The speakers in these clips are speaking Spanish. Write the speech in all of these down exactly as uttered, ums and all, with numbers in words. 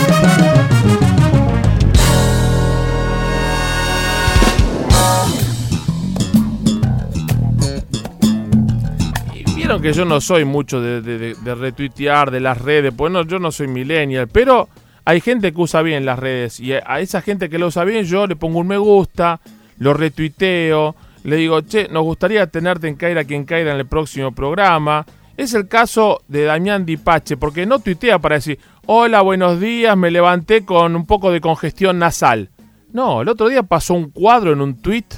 Vieron que yo no soy mucho de, de, de, de retuitear de las redes, pues no, yo no soy millennial, pero hay gente que usa bien las redes y a esa gente que lo usa bien yo le pongo un me gusta, lo retuiteo, le digo, che, nos gustaría tenerte en Caira quien Caira en el próximo programa. Es el caso de Damián Dipache, porque no tuitea para decir, hola, buenos días, me levanté con un poco de congestión nasal. No, el otro día pasó un cuadro en un tuit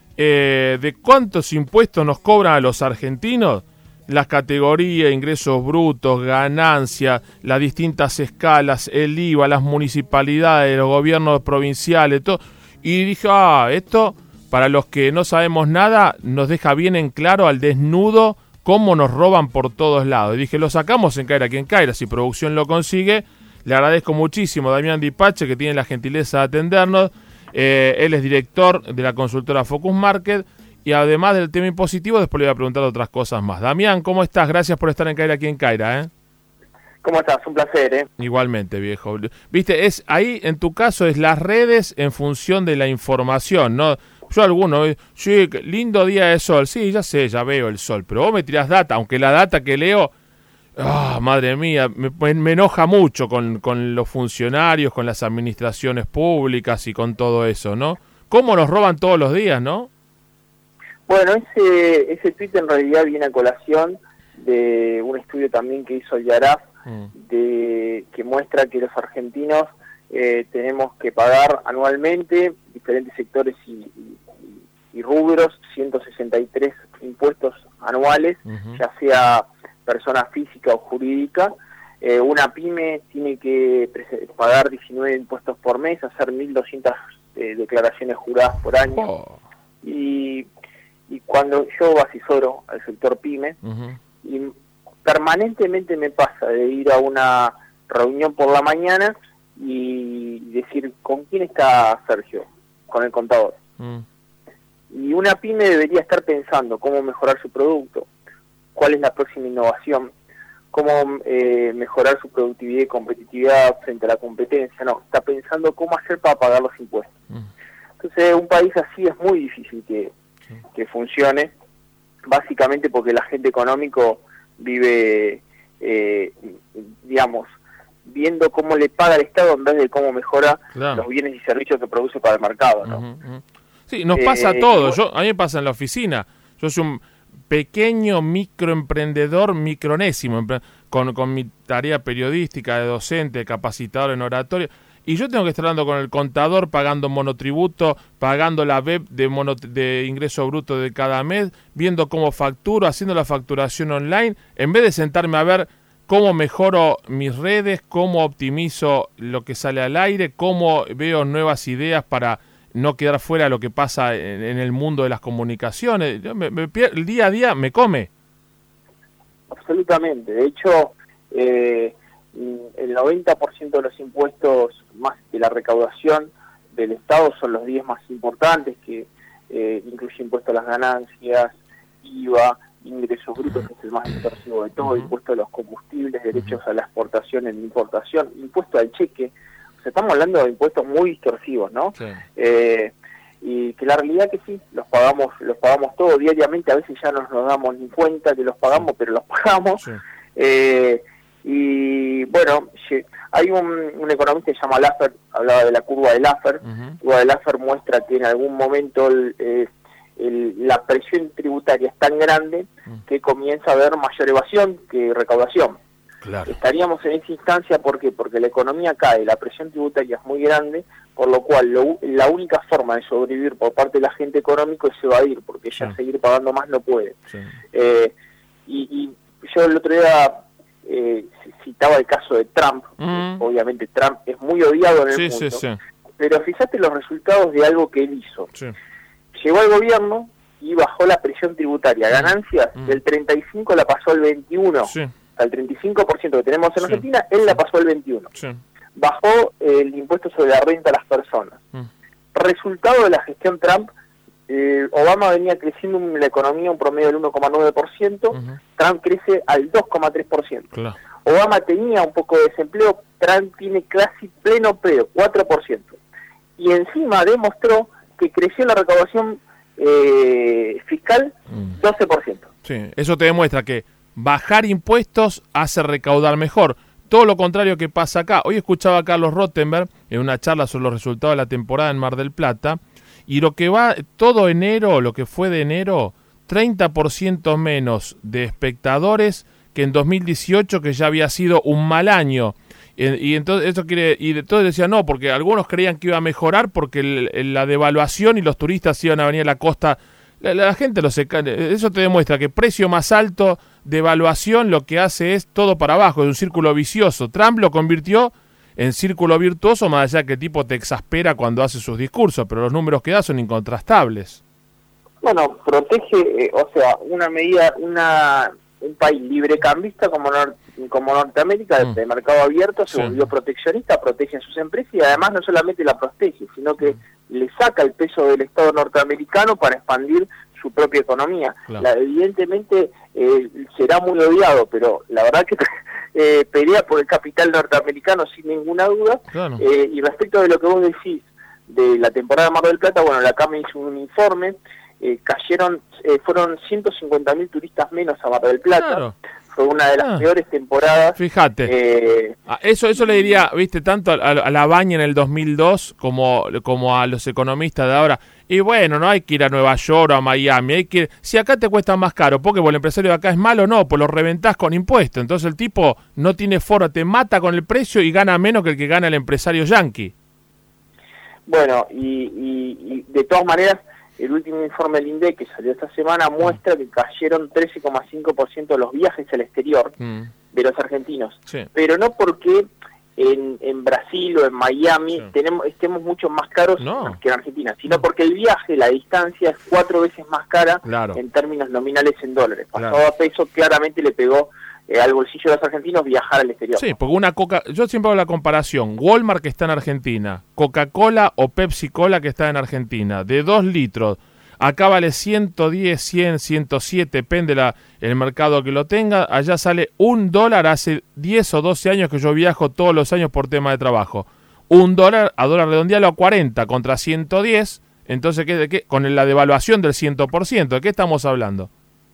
eh, de cuántos impuestos nos cobran a los argentinos, las categorías, ingresos brutos, ganancias, las distintas escalas, el I V A, las municipalidades, los gobiernos provinciales, todo. Y dije, ah, esto, para los que no sabemos nada, nos deja bien en claro al desnudo cómo nos roban por todos lados. Y dije, lo sacamos en Caira quien Caira, si producción lo consigue. Le agradezco muchísimo a Damián Dipache, que tiene la gentileza de atendernos. Eh, él es director de la consultora Focus Market. Y además del tema impositivo, después le voy a preguntar otras cosas más. Damián, ¿cómo estás? Gracias por estar en Caira quien Caira, ¿eh? ¿Cómo estás? Un placer, ¿eh? Igualmente, viejo. Viste, es ahí, en tu caso, es las redes en función de la información, ¿no? Yo alguno, sí, lindo día de sol. Sí, ya sé, ya veo el sol. Pero vos me tirás data, aunque la data que leo, ah, madre mía, me, me enoja mucho con, con los funcionarios, con las administraciones públicas y con todo eso, ¿no? ¿Cómo nos roban todos los días, no? Bueno, ese ese tuit en realidad viene a colación de un estudio también que hizo el Yaraf, mm. de que muestra que los argentinos eh, tenemos que pagar anualmente diferentes sectores y, y, y rubros, ciento sesenta y tres impuestos anuales, uh-huh. ya sea persona física o jurídica. Eh, una pyme tiene que pagar diecinueve impuestos por mes, hacer mil doscientas eh, declaraciones juradas por año. Oh. Y Y cuando yo asesoro al sector pyme, uh-huh. y permanentemente me pasa de ir a una reunión por la mañana y decir, ¿con quién está Sergio? Con el contador. Uh-huh. Y una pyme debería estar pensando cómo mejorar su producto, cuál es la próxima innovación, cómo eh, mejorar su productividad y competitividad frente a la competencia. No, está pensando cómo hacer para pagar los impuestos. Uh-huh. Entonces, un país así es muy difícil que... que funcione, básicamente porque el agente económico vive, eh, digamos, viendo cómo le paga el Estado en vez de cómo mejora claro. los bienes y servicios que produce para el mercado, ¿no? Uh-huh, uh-huh. Sí, nos pasa eh, todo. Yo, a mí me pasa en la oficina. Yo soy un pequeño microemprendedor, micronésimo, con, con mi tarea periodística de docente, capacitador en oratoria. Y yo tengo que estar hablando con el contador, pagando monotributo, pagando la B E P de, mono, de ingreso bruto de cada mes, viendo cómo facturo, haciendo la facturación online, en vez de sentarme a ver cómo mejoro mis redes, cómo optimizo lo que sale al aire, cómo veo nuevas ideas para no quedar fuera de lo que pasa en, en el mundo de las comunicaciones. Me, me, el día a día me come. Absolutamente. De hecho, eh, el noventa por ciento de los impuestos más de la recaudación del Estado son los diez más importantes, que eh, incluye impuesto a las ganancias, I V A, ingresos brutos, que es el más extorsivo de todo, impuesto a los combustibles, derechos a la exportación e importación, impuesto al cheque. O sea, estamos hablando de impuestos muy distorsivos, ¿no? Sí. Eh, y que la realidad que sí, los pagamos los pagamos todos diariamente, a veces ya no nos damos ni cuenta que los pagamos, pero los pagamos. Sí. Eh, y bueno, hay un, un economista que se llama Laffer, hablaba de la curva de Laffer. Uh-huh. La curva de Laffer muestra que en algún momento el, el, el, la presión tributaria es tan grande uh-huh. que comienza a haber mayor evasión que recaudación. Claro. Estaríamos en esa instancia, ¿por qué? Porque la economía cae, la presión tributaria es muy grande, por lo cual lo, la única forma de sobrevivir por parte del agente económico es evadir, porque ya sí. seguir pagando más no puede. Sí. Eh, y, y yo el otro día eh, citaba el caso de Trump. Mm. Obviamente Trump es muy odiado en el sí, mundo, sí, sí. pero fíjate los resultados de algo que él hizo. Sí. Llegó al gobierno y bajó la presión tributaria, ganancias mm. del treinta y cinco la pasó al veintiuno. Sí. Al treinta y cinco por ciento que tenemos en sí. Argentina, él sí. la pasó al veintiuno. Sí. Bajó el impuesto sobre la renta a las personas. Mm. Resultado de la gestión Trump, eh, Obama venía creciendo en la economía un promedio del uno coma nueve por ciento, uh-huh. Trump crece al dos coma tres por ciento. Claro. Obama tenía un poco de desempleo, Trump tiene casi pleno empleo, cuatro por ciento. Y encima demostró que creció la recaudación eh, fiscal doce por ciento. Sí, eso te demuestra que bajar impuestos hace recaudar mejor. Todo lo contrario que pasa acá. Hoy escuchaba a Carlos Rottenberg en una charla sobre los resultados de la temporada en Mar del Plata, y lo que va, todo enero, lo que fue de enero, treinta por ciento menos de espectadores que en dos mil dieciocho, que ya había sido un mal año. Y entonces eso quiere, y de todos decían no, porque algunos creían que iba a mejorar porque el, el, la devaluación y los turistas iban a venir a la costa. La, la gente lo seca, eso te demuestra que precio más alto, devaluación, lo que hace es todo para abajo, es un círculo vicioso. Trump lo convirtió en círculo virtuoso, más allá que el tipo te exaspera cuando hace sus discursos, pero los números que da son incontrastables. Bueno, protege, eh, o sea, una medida, una un país librecambista como nor como Norteamérica, mm. de mercado abierto, se sí. volvió proteccionista, protege a sus empresas y además no solamente la protege, sino que mm. le saca el peso del Estado norteamericano para expandir su propia economía. Claro. La, evidentemente eh, será muy odiado, pero la verdad que eh, pelea por el capital norteamericano sin ninguna duda. Claro. Eh, y respecto de lo que vos decís de la temporada de Mar del Plata, bueno, la C A M hizo un informe. Eh, cayeron, eh, fueron ciento cincuenta mil turistas menos a Mar del Plata. Claro. Fue una de las ah, peores temporadas. Fíjate. Eh, ah, eso eso le diría, viste, tanto a, a la Baña en el dos mil dos como, como a los economistas de ahora. Y bueno, no hay que ir a Nueva York o a Miami. Hay que ir, si acá te cuesta más caro, porque el empresario de acá es malo, no, pues lo reventás con impuestos. Entonces el tipo no tiene foro, te mata con el precio y gana menos que el que gana el empresario yanqui. Bueno, y, y, y de todas maneras, el último informe del INDEC que salió esta semana muestra que cayeron trece coma cinco por ciento de los viajes al exterior mm. de los argentinos. Sí. Pero no porque en, en Brasil o en Miami sí. tenemos estemos mucho más caros no. que en Argentina, sino no. porque el viaje, la distancia es cuatro veces más cara claro. en términos nominales en dólares. Pasado claro. a peso, claramente le pegó eh, al bolsillo de los argentinos viajar al exterior. Sí, porque una Coca, yo siempre hago la comparación, Walmart que está en Argentina, Coca-Cola o Pepsi-Cola que está en Argentina, de dos litros, acá vale ciento diez, cien, ciento siete, depende la, el mercado que lo tenga, allá sale un dólar, hace diez o doce años que yo viajo todos los años por tema de trabajo, un dólar a dólar redondealo a cuarenta contra ciento diez, entonces ¿qué, de qué? Con la devaluación del cien por ciento, ¿de qué estamos hablando?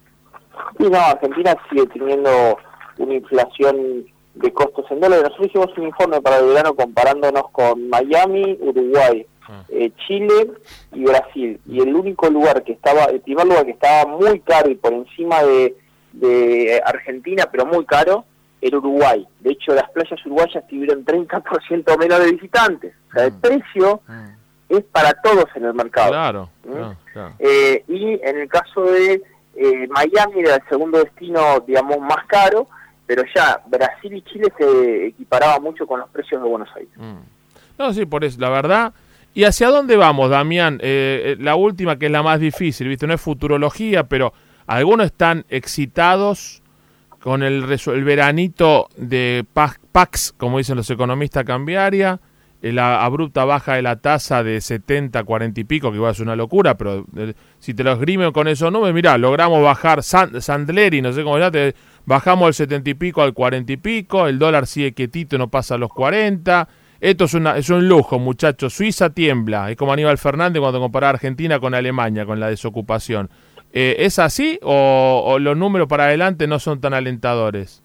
Sí, no, Argentina sigue teniendo una inflación de costos en dólares. Nosotros hicimos un informe para el verano comparándonos con Miami, Uruguay, ah. eh, Chile y Brasil. Y el único lugar que estaba, el primer lugar que estaba muy caro y por encima de, de Argentina, pero muy caro, era Uruguay. De hecho, las playas uruguayas tuvieron treinta por ciento menos de visitantes. O sea, el precio ah. es para todos en el mercado. Claro, ¿Mm? claro, claro. Eh, y en el caso de Eh, Miami era el segundo destino, digamos, más caro, pero ya Brasil y Chile se equiparaba mucho con los precios de Buenos Aires. Mm. No, sí, por eso, la verdad. ¿Y hacia dónde vamos, Damián? Eh, la última, que es la más difícil, ¿viste? No es futurología, pero algunos están excitados con el, el veranito de Pax, como dicen los economistas cambiaria, la abrupta baja de la tasa de setenta, cuarenta y pico, que igual es una locura, pero eh, si te lo esgrimen con esos números, mirá, logramos bajar Sand, Sandleri, no sé cómo ya, te, bajamos el setenta y pico al cuarenta y pico, el dólar sigue quietito, no pasa a los cuarenta, esto es, una, es un lujo, muchachos, Suiza tiembla, es como Aníbal Fernández cuando comparaba Argentina con Alemania, con la desocupación. Eh, ¿Es así o, o los números para adelante no son tan alentadores?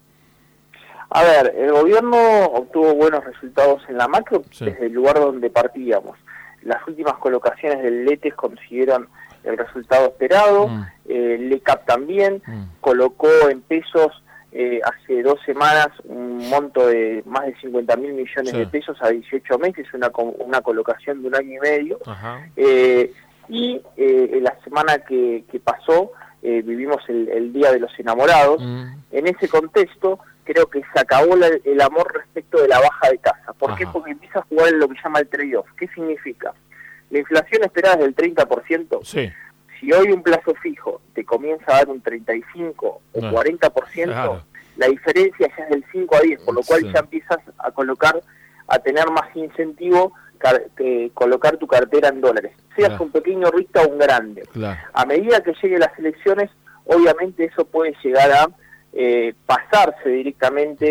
A ver, el gobierno obtuvo buenos resultados en la macro sí. desde el lugar donde partíamos. Las últimas colocaciones del Letes consiguieron el resultado esperado, mm. eh, el E C A P también, mm. colocó en pesos eh, hace dos semanas un monto de más de cincuenta mil millones sí. de pesos a dieciocho meses, una, una colocación de un año y medio. Eh, y eh, en la semana que, que pasó eh, vivimos el, el Día de los Enamorados. Mm. En ese contexto creo que se acabó la, el amor respecto de la baja de tasa. ¿Por Ajá. qué? Porque empieza a jugar en lo que se llama el trade-off. ¿Qué significa? La inflación esperada es del treinta por ciento. Sí. Si hoy un plazo fijo te comienza a dar un treinta y cinco o no. cuarenta por ciento, claro. la diferencia ya es del cinco a diez, por lo cual sí. ya empiezas a colocar, a tener más incentivo que colocar tu cartera en dólares. Seas claro. un pequeño rico o un grande. Claro. A medida que lleguen las elecciones, obviamente eso puede llegar a Eh, pasarse directamente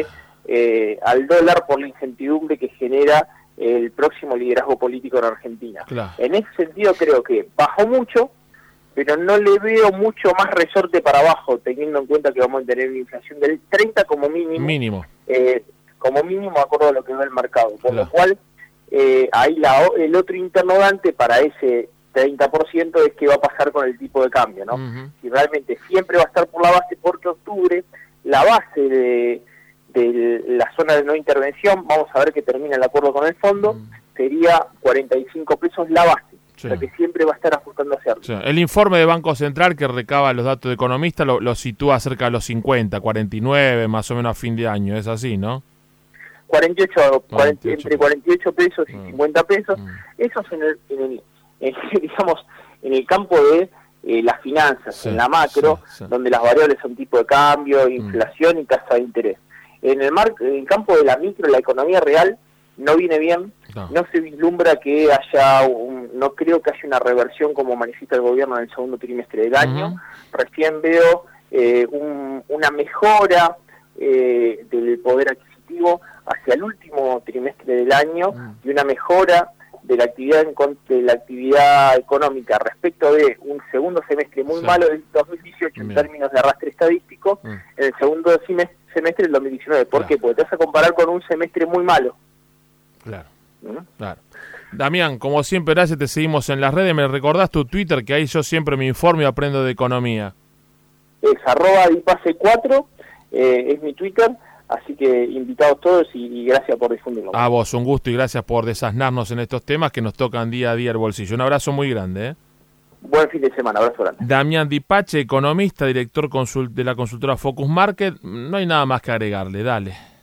eh, al dólar por la incertidumbre que genera el próximo liderazgo político en Argentina. Claro. En ese sentido creo que bajó mucho, pero no le veo mucho más resorte para abajo, teniendo en cuenta que vamos a tener una inflación del treinta como mínimo. Mínimo. Eh, como mínimo, de acuerdo a lo que ve el mercado. Por Claro. lo cual, eh, ahí la, el otro interrogante para ese treinta por ciento es qué va a pasar con el tipo de cambio, ¿no? Uh-huh. Si realmente siempre va a estar por la base, porque octubre, la base de, de la zona de no intervención, vamos a ver que termina el acuerdo con el fondo, uh-huh. sería cuarenta y cinco pesos la base. Sí. O sea que siempre va a estar ajustando hacia arriba. Sí. El informe de Banco Central que recaba los datos de economistas lo, lo sitúa cerca de los cincuenta, cuarenta y nueve, más o menos a fin de año, es así, ¿no? cuarenta y ocho, cuarenta, entre cuarenta y ocho pesos y mm. cincuenta pesos, mm. eso es en el, en el en, digamos, en el campo de eh, las finanzas, sí, en la macro, sí, sí. donde las variables son tipo de cambio, inflación mm. y tasa de interés. En el, mar, en el campo de la micro, la economía real no viene bien, no, no se vislumbra que haya, un, no creo que haya una reversión como manifiesta el gobierno en el segundo trimestre del año, uh-huh. recién veo eh, un, una mejora eh, del poder adquisitivo hacia el último trimestre del año uh-huh. y una mejora de la actividad en, de la actividad económica respecto de un segundo semestre muy sí. malo del dos mil dieciocho Bien. en términos de arrastre estadístico, uh-huh. en el segundo semestre del dos mil diecinueve. ¿Por claro. qué? Porque te vas a comparar con un semestre muy malo. Claro, ¿Mm? claro. Damián, como siempre, gracias, te seguimos en las redes. Me recordás tu Twitter, que ahí yo siempre me informo y aprendo de economía. Es arroba dipase cuatro, eh, es mi Twitter, así que invitados todos y, y gracias por difundirlo. A vos, un gusto y gracias por desasnarnos en estos temas que nos tocan día a día el bolsillo. Un abrazo muy grande, ¿eh? Buen fin de semana, abrazo grande. Damián Dipache, economista, director consul- de la consultora Focus Market. No hay nada más que agregarle, dale.